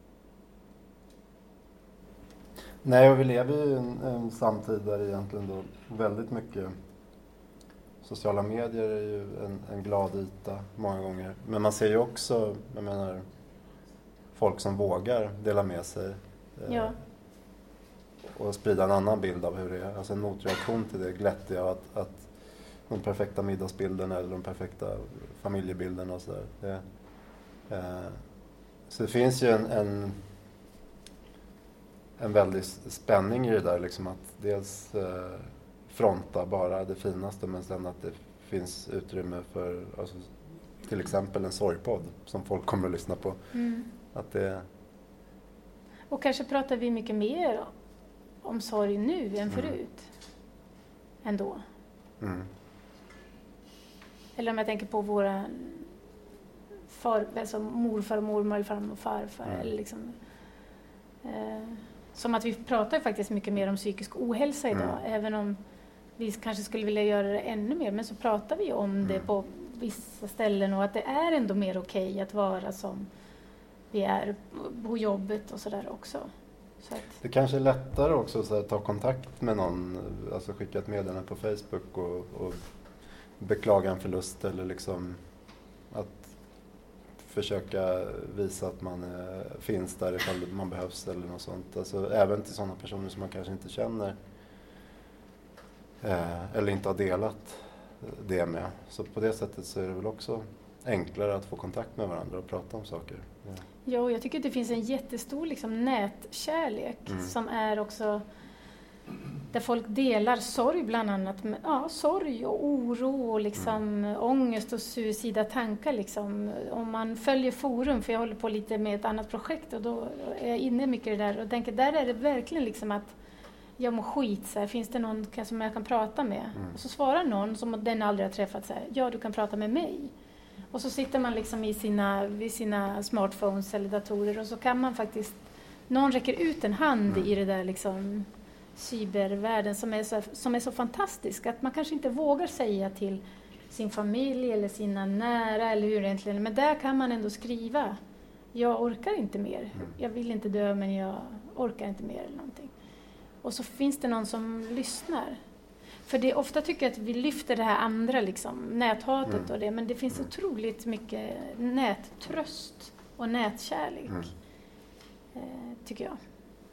Nej, och vi lever ju i en, en samtid där egentligen då väldigt mycket sociala medier är ju en, en glad yta många gånger. Men man ser ju också, jag menar, folk som vågar dela med sig. Eh, ja. Och sprida en annan bild av hur det är. Alltså en motreaktion till det glättiga. Att, att de perfekta middagsbilderna eller de perfekta familjebilderna och sådär. Det, eh, så det finns ju en, en, en väldig spänning i det där. Liksom att dels eh, fronta bara det finaste men sen att det finns utrymme för alltså, till exempel en sorgpodd som folk kommer att lyssna på. Mm. Att det... Och kanske pratar vi mycket mer om om sorg nu än förut. Mm. Ändå. Mm. Eller om jag tänker på våra far, alltså morfar och mormor, farmor och farfar. Mm. Eller liksom, eh, som att vi pratar faktiskt mycket mer om psykisk ohälsa idag. Mm. Även om vi kanske skulle vilja göra det ännu mer. Men så pratar vi om mm. det på vissa ställen. Och att det är ändå mer okej att vara som vi är på jobbet och sådär också. Så att... Det kanske är lättare också att ta kontakt med någon, alltså skicka ett meddelande på Facebook och, och beklaga en förlust eller liksom att försöka visa att man är, finns där ifall man behövs eller något sånt. Alltså även till sådana personer som man kanske inte känner eh, eller inte har delat det med. Så på det sättet så är det väl också enklare att få kontakt med varandra och prata om saker. Ja. Jo, jag tycker att det finns en jättestor liksom, nätkärlek mm. som är också där folk delar sorg bland annat. Med, ja, sorg och oro och liksom mm. ångest och suicida tankar. Liksom. Om man följer forum, för jag håller på lite med ett annat projekt och då är jag inne mycket i det där och tänker, där är det verkligen liksom att jag mår skit, så här, finns det någon som jag kan prata med? Mm. Och så svarar någon som den aldrig har träffat så här, ja, du kan prata med mig. Och så sitter man liksom i sina, vid sina smartphones eller datorer och så kan man faktiskt, någon räcker ut en hand mm. i det där liksom cybervärlden som är, så, som är så fantastisk att man kanske inte vågar säga till sin familj eller sina nära eller hur egentligen, men där kan man ändå skriva, jag orkar inte mer, jag vill inte dö men jag orkar inte mer eller någonting. Och så finns det någon som lyssnar. För det ofta tycker jag att vi lyfter det här andra, liksom, näthatet mm. och det. Men det finns otroligt mycket nättröst och nätkärlek, mm. eh, tycker jag.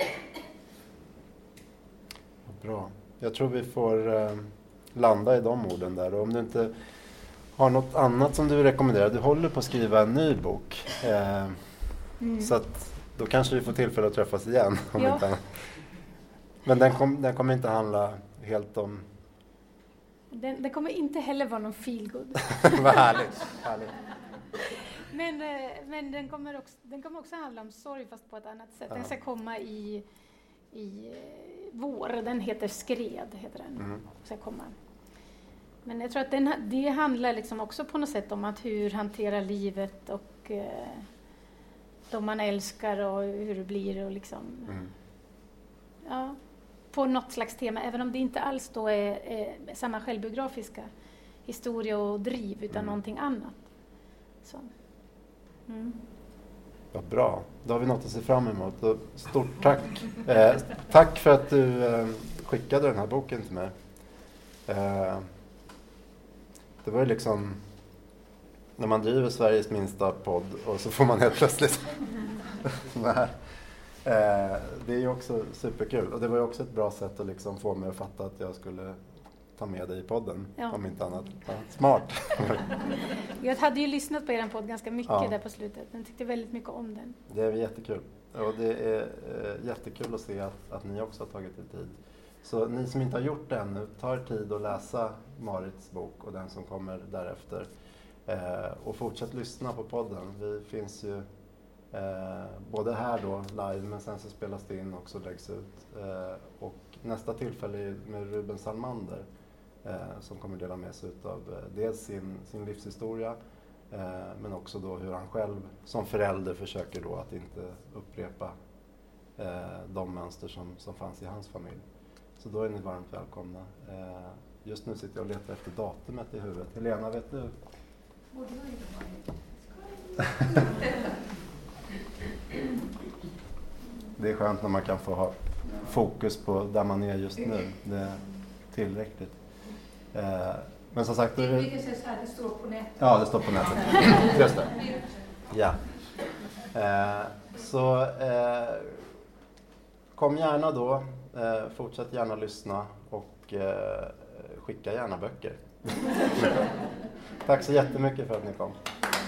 Bra. Jag tror vi får eh, landa i de orden där. Och om du inte har något annat som du rekommenderar. Du håller på att skriva en ny bok. Eh, mm. Så att då kanske vi får tillfälle att träffas igen. Om ja. inte annat. Men den, kom, den kommer inte handla helt om... Den, den kommer inte heller vara någon feelgood. Vad härligt. härligt. Men, men den, kommer också, den kommer också handla om sorg fast på ett annat sätt. Ja. Den ska komma i, i vår. Den heter Skred. Heter den. Mm. Ska komma. Men jag tror att den, det handlar liksom också på något sätt om att hur hantera livet och eh, de man älskar och hur det blir. Och liksom, mm. ja, på något slags tema, även om det inte alls då är, är samma självbiografiska historia och driv, utan mm. någonting annat. Så. Mm. Ja, bra, då har vi något att se fram emot. Och stort tack. Eh, tack för att du eh, skickade den här boken till mig. Eh, det var ju liksom när man driver Sveriges minsta podd och så får man helt plötsligt mm. här. Eh, det är ju också superkul. Och det var ju också ett bra sätt att liksom få mig att fatta att jag skulle ta med dig i podden. Ja. Om inte annat. Ja, smart. Jag hade ju lyssnat på er podd ganska mycket ja. där på slutet. Men tyckte väldigt mycket om den. Det är jättekul. Och det är eh, jättekul att se att, att ni också har tagit er tid. Så ni som inte har gjort det ännu, ta er tid att läsa Marits bok och den som kommer därefter. Eh, och fortsätt lyssna på podden. Vi finns ju Eh, både här då live, men sen så spelas det in också och läggs ut. Eh, och nästa tillfälle är med Ruben Salmander eh, som kommer dela med sig av eh, dels sin, sin livshistoria eh, men också då hur han själv som förälder försöker då att inte upprepa eh, de mönster som, som fanns i hans familj. Så då är ni varmt välkomna. Eh, just nu sitter jag och letar efter datumet i huvudet. Helena, vet du? Det är skönt när man kan få ha fokus på där man är just nu. Det är tillräckligt. Eh, men som sagt... Det, det, det står på nätet. Ja, det står på nätet. Just det. Ja. Eh, så eh, kom gärna då. Eh, fortsätt gärna lyssna och eh, skicka gärna böcker. Tack så jättemycket för att ni kom.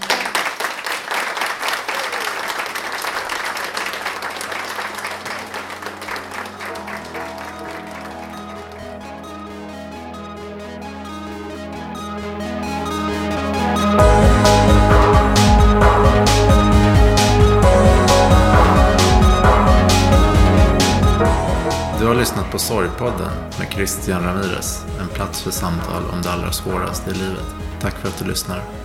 Du har lyssnat på Sorgpodden med Christian Ramirez, en plats för samtal om det allra svåraste i livet. Tack för att du lyssnar.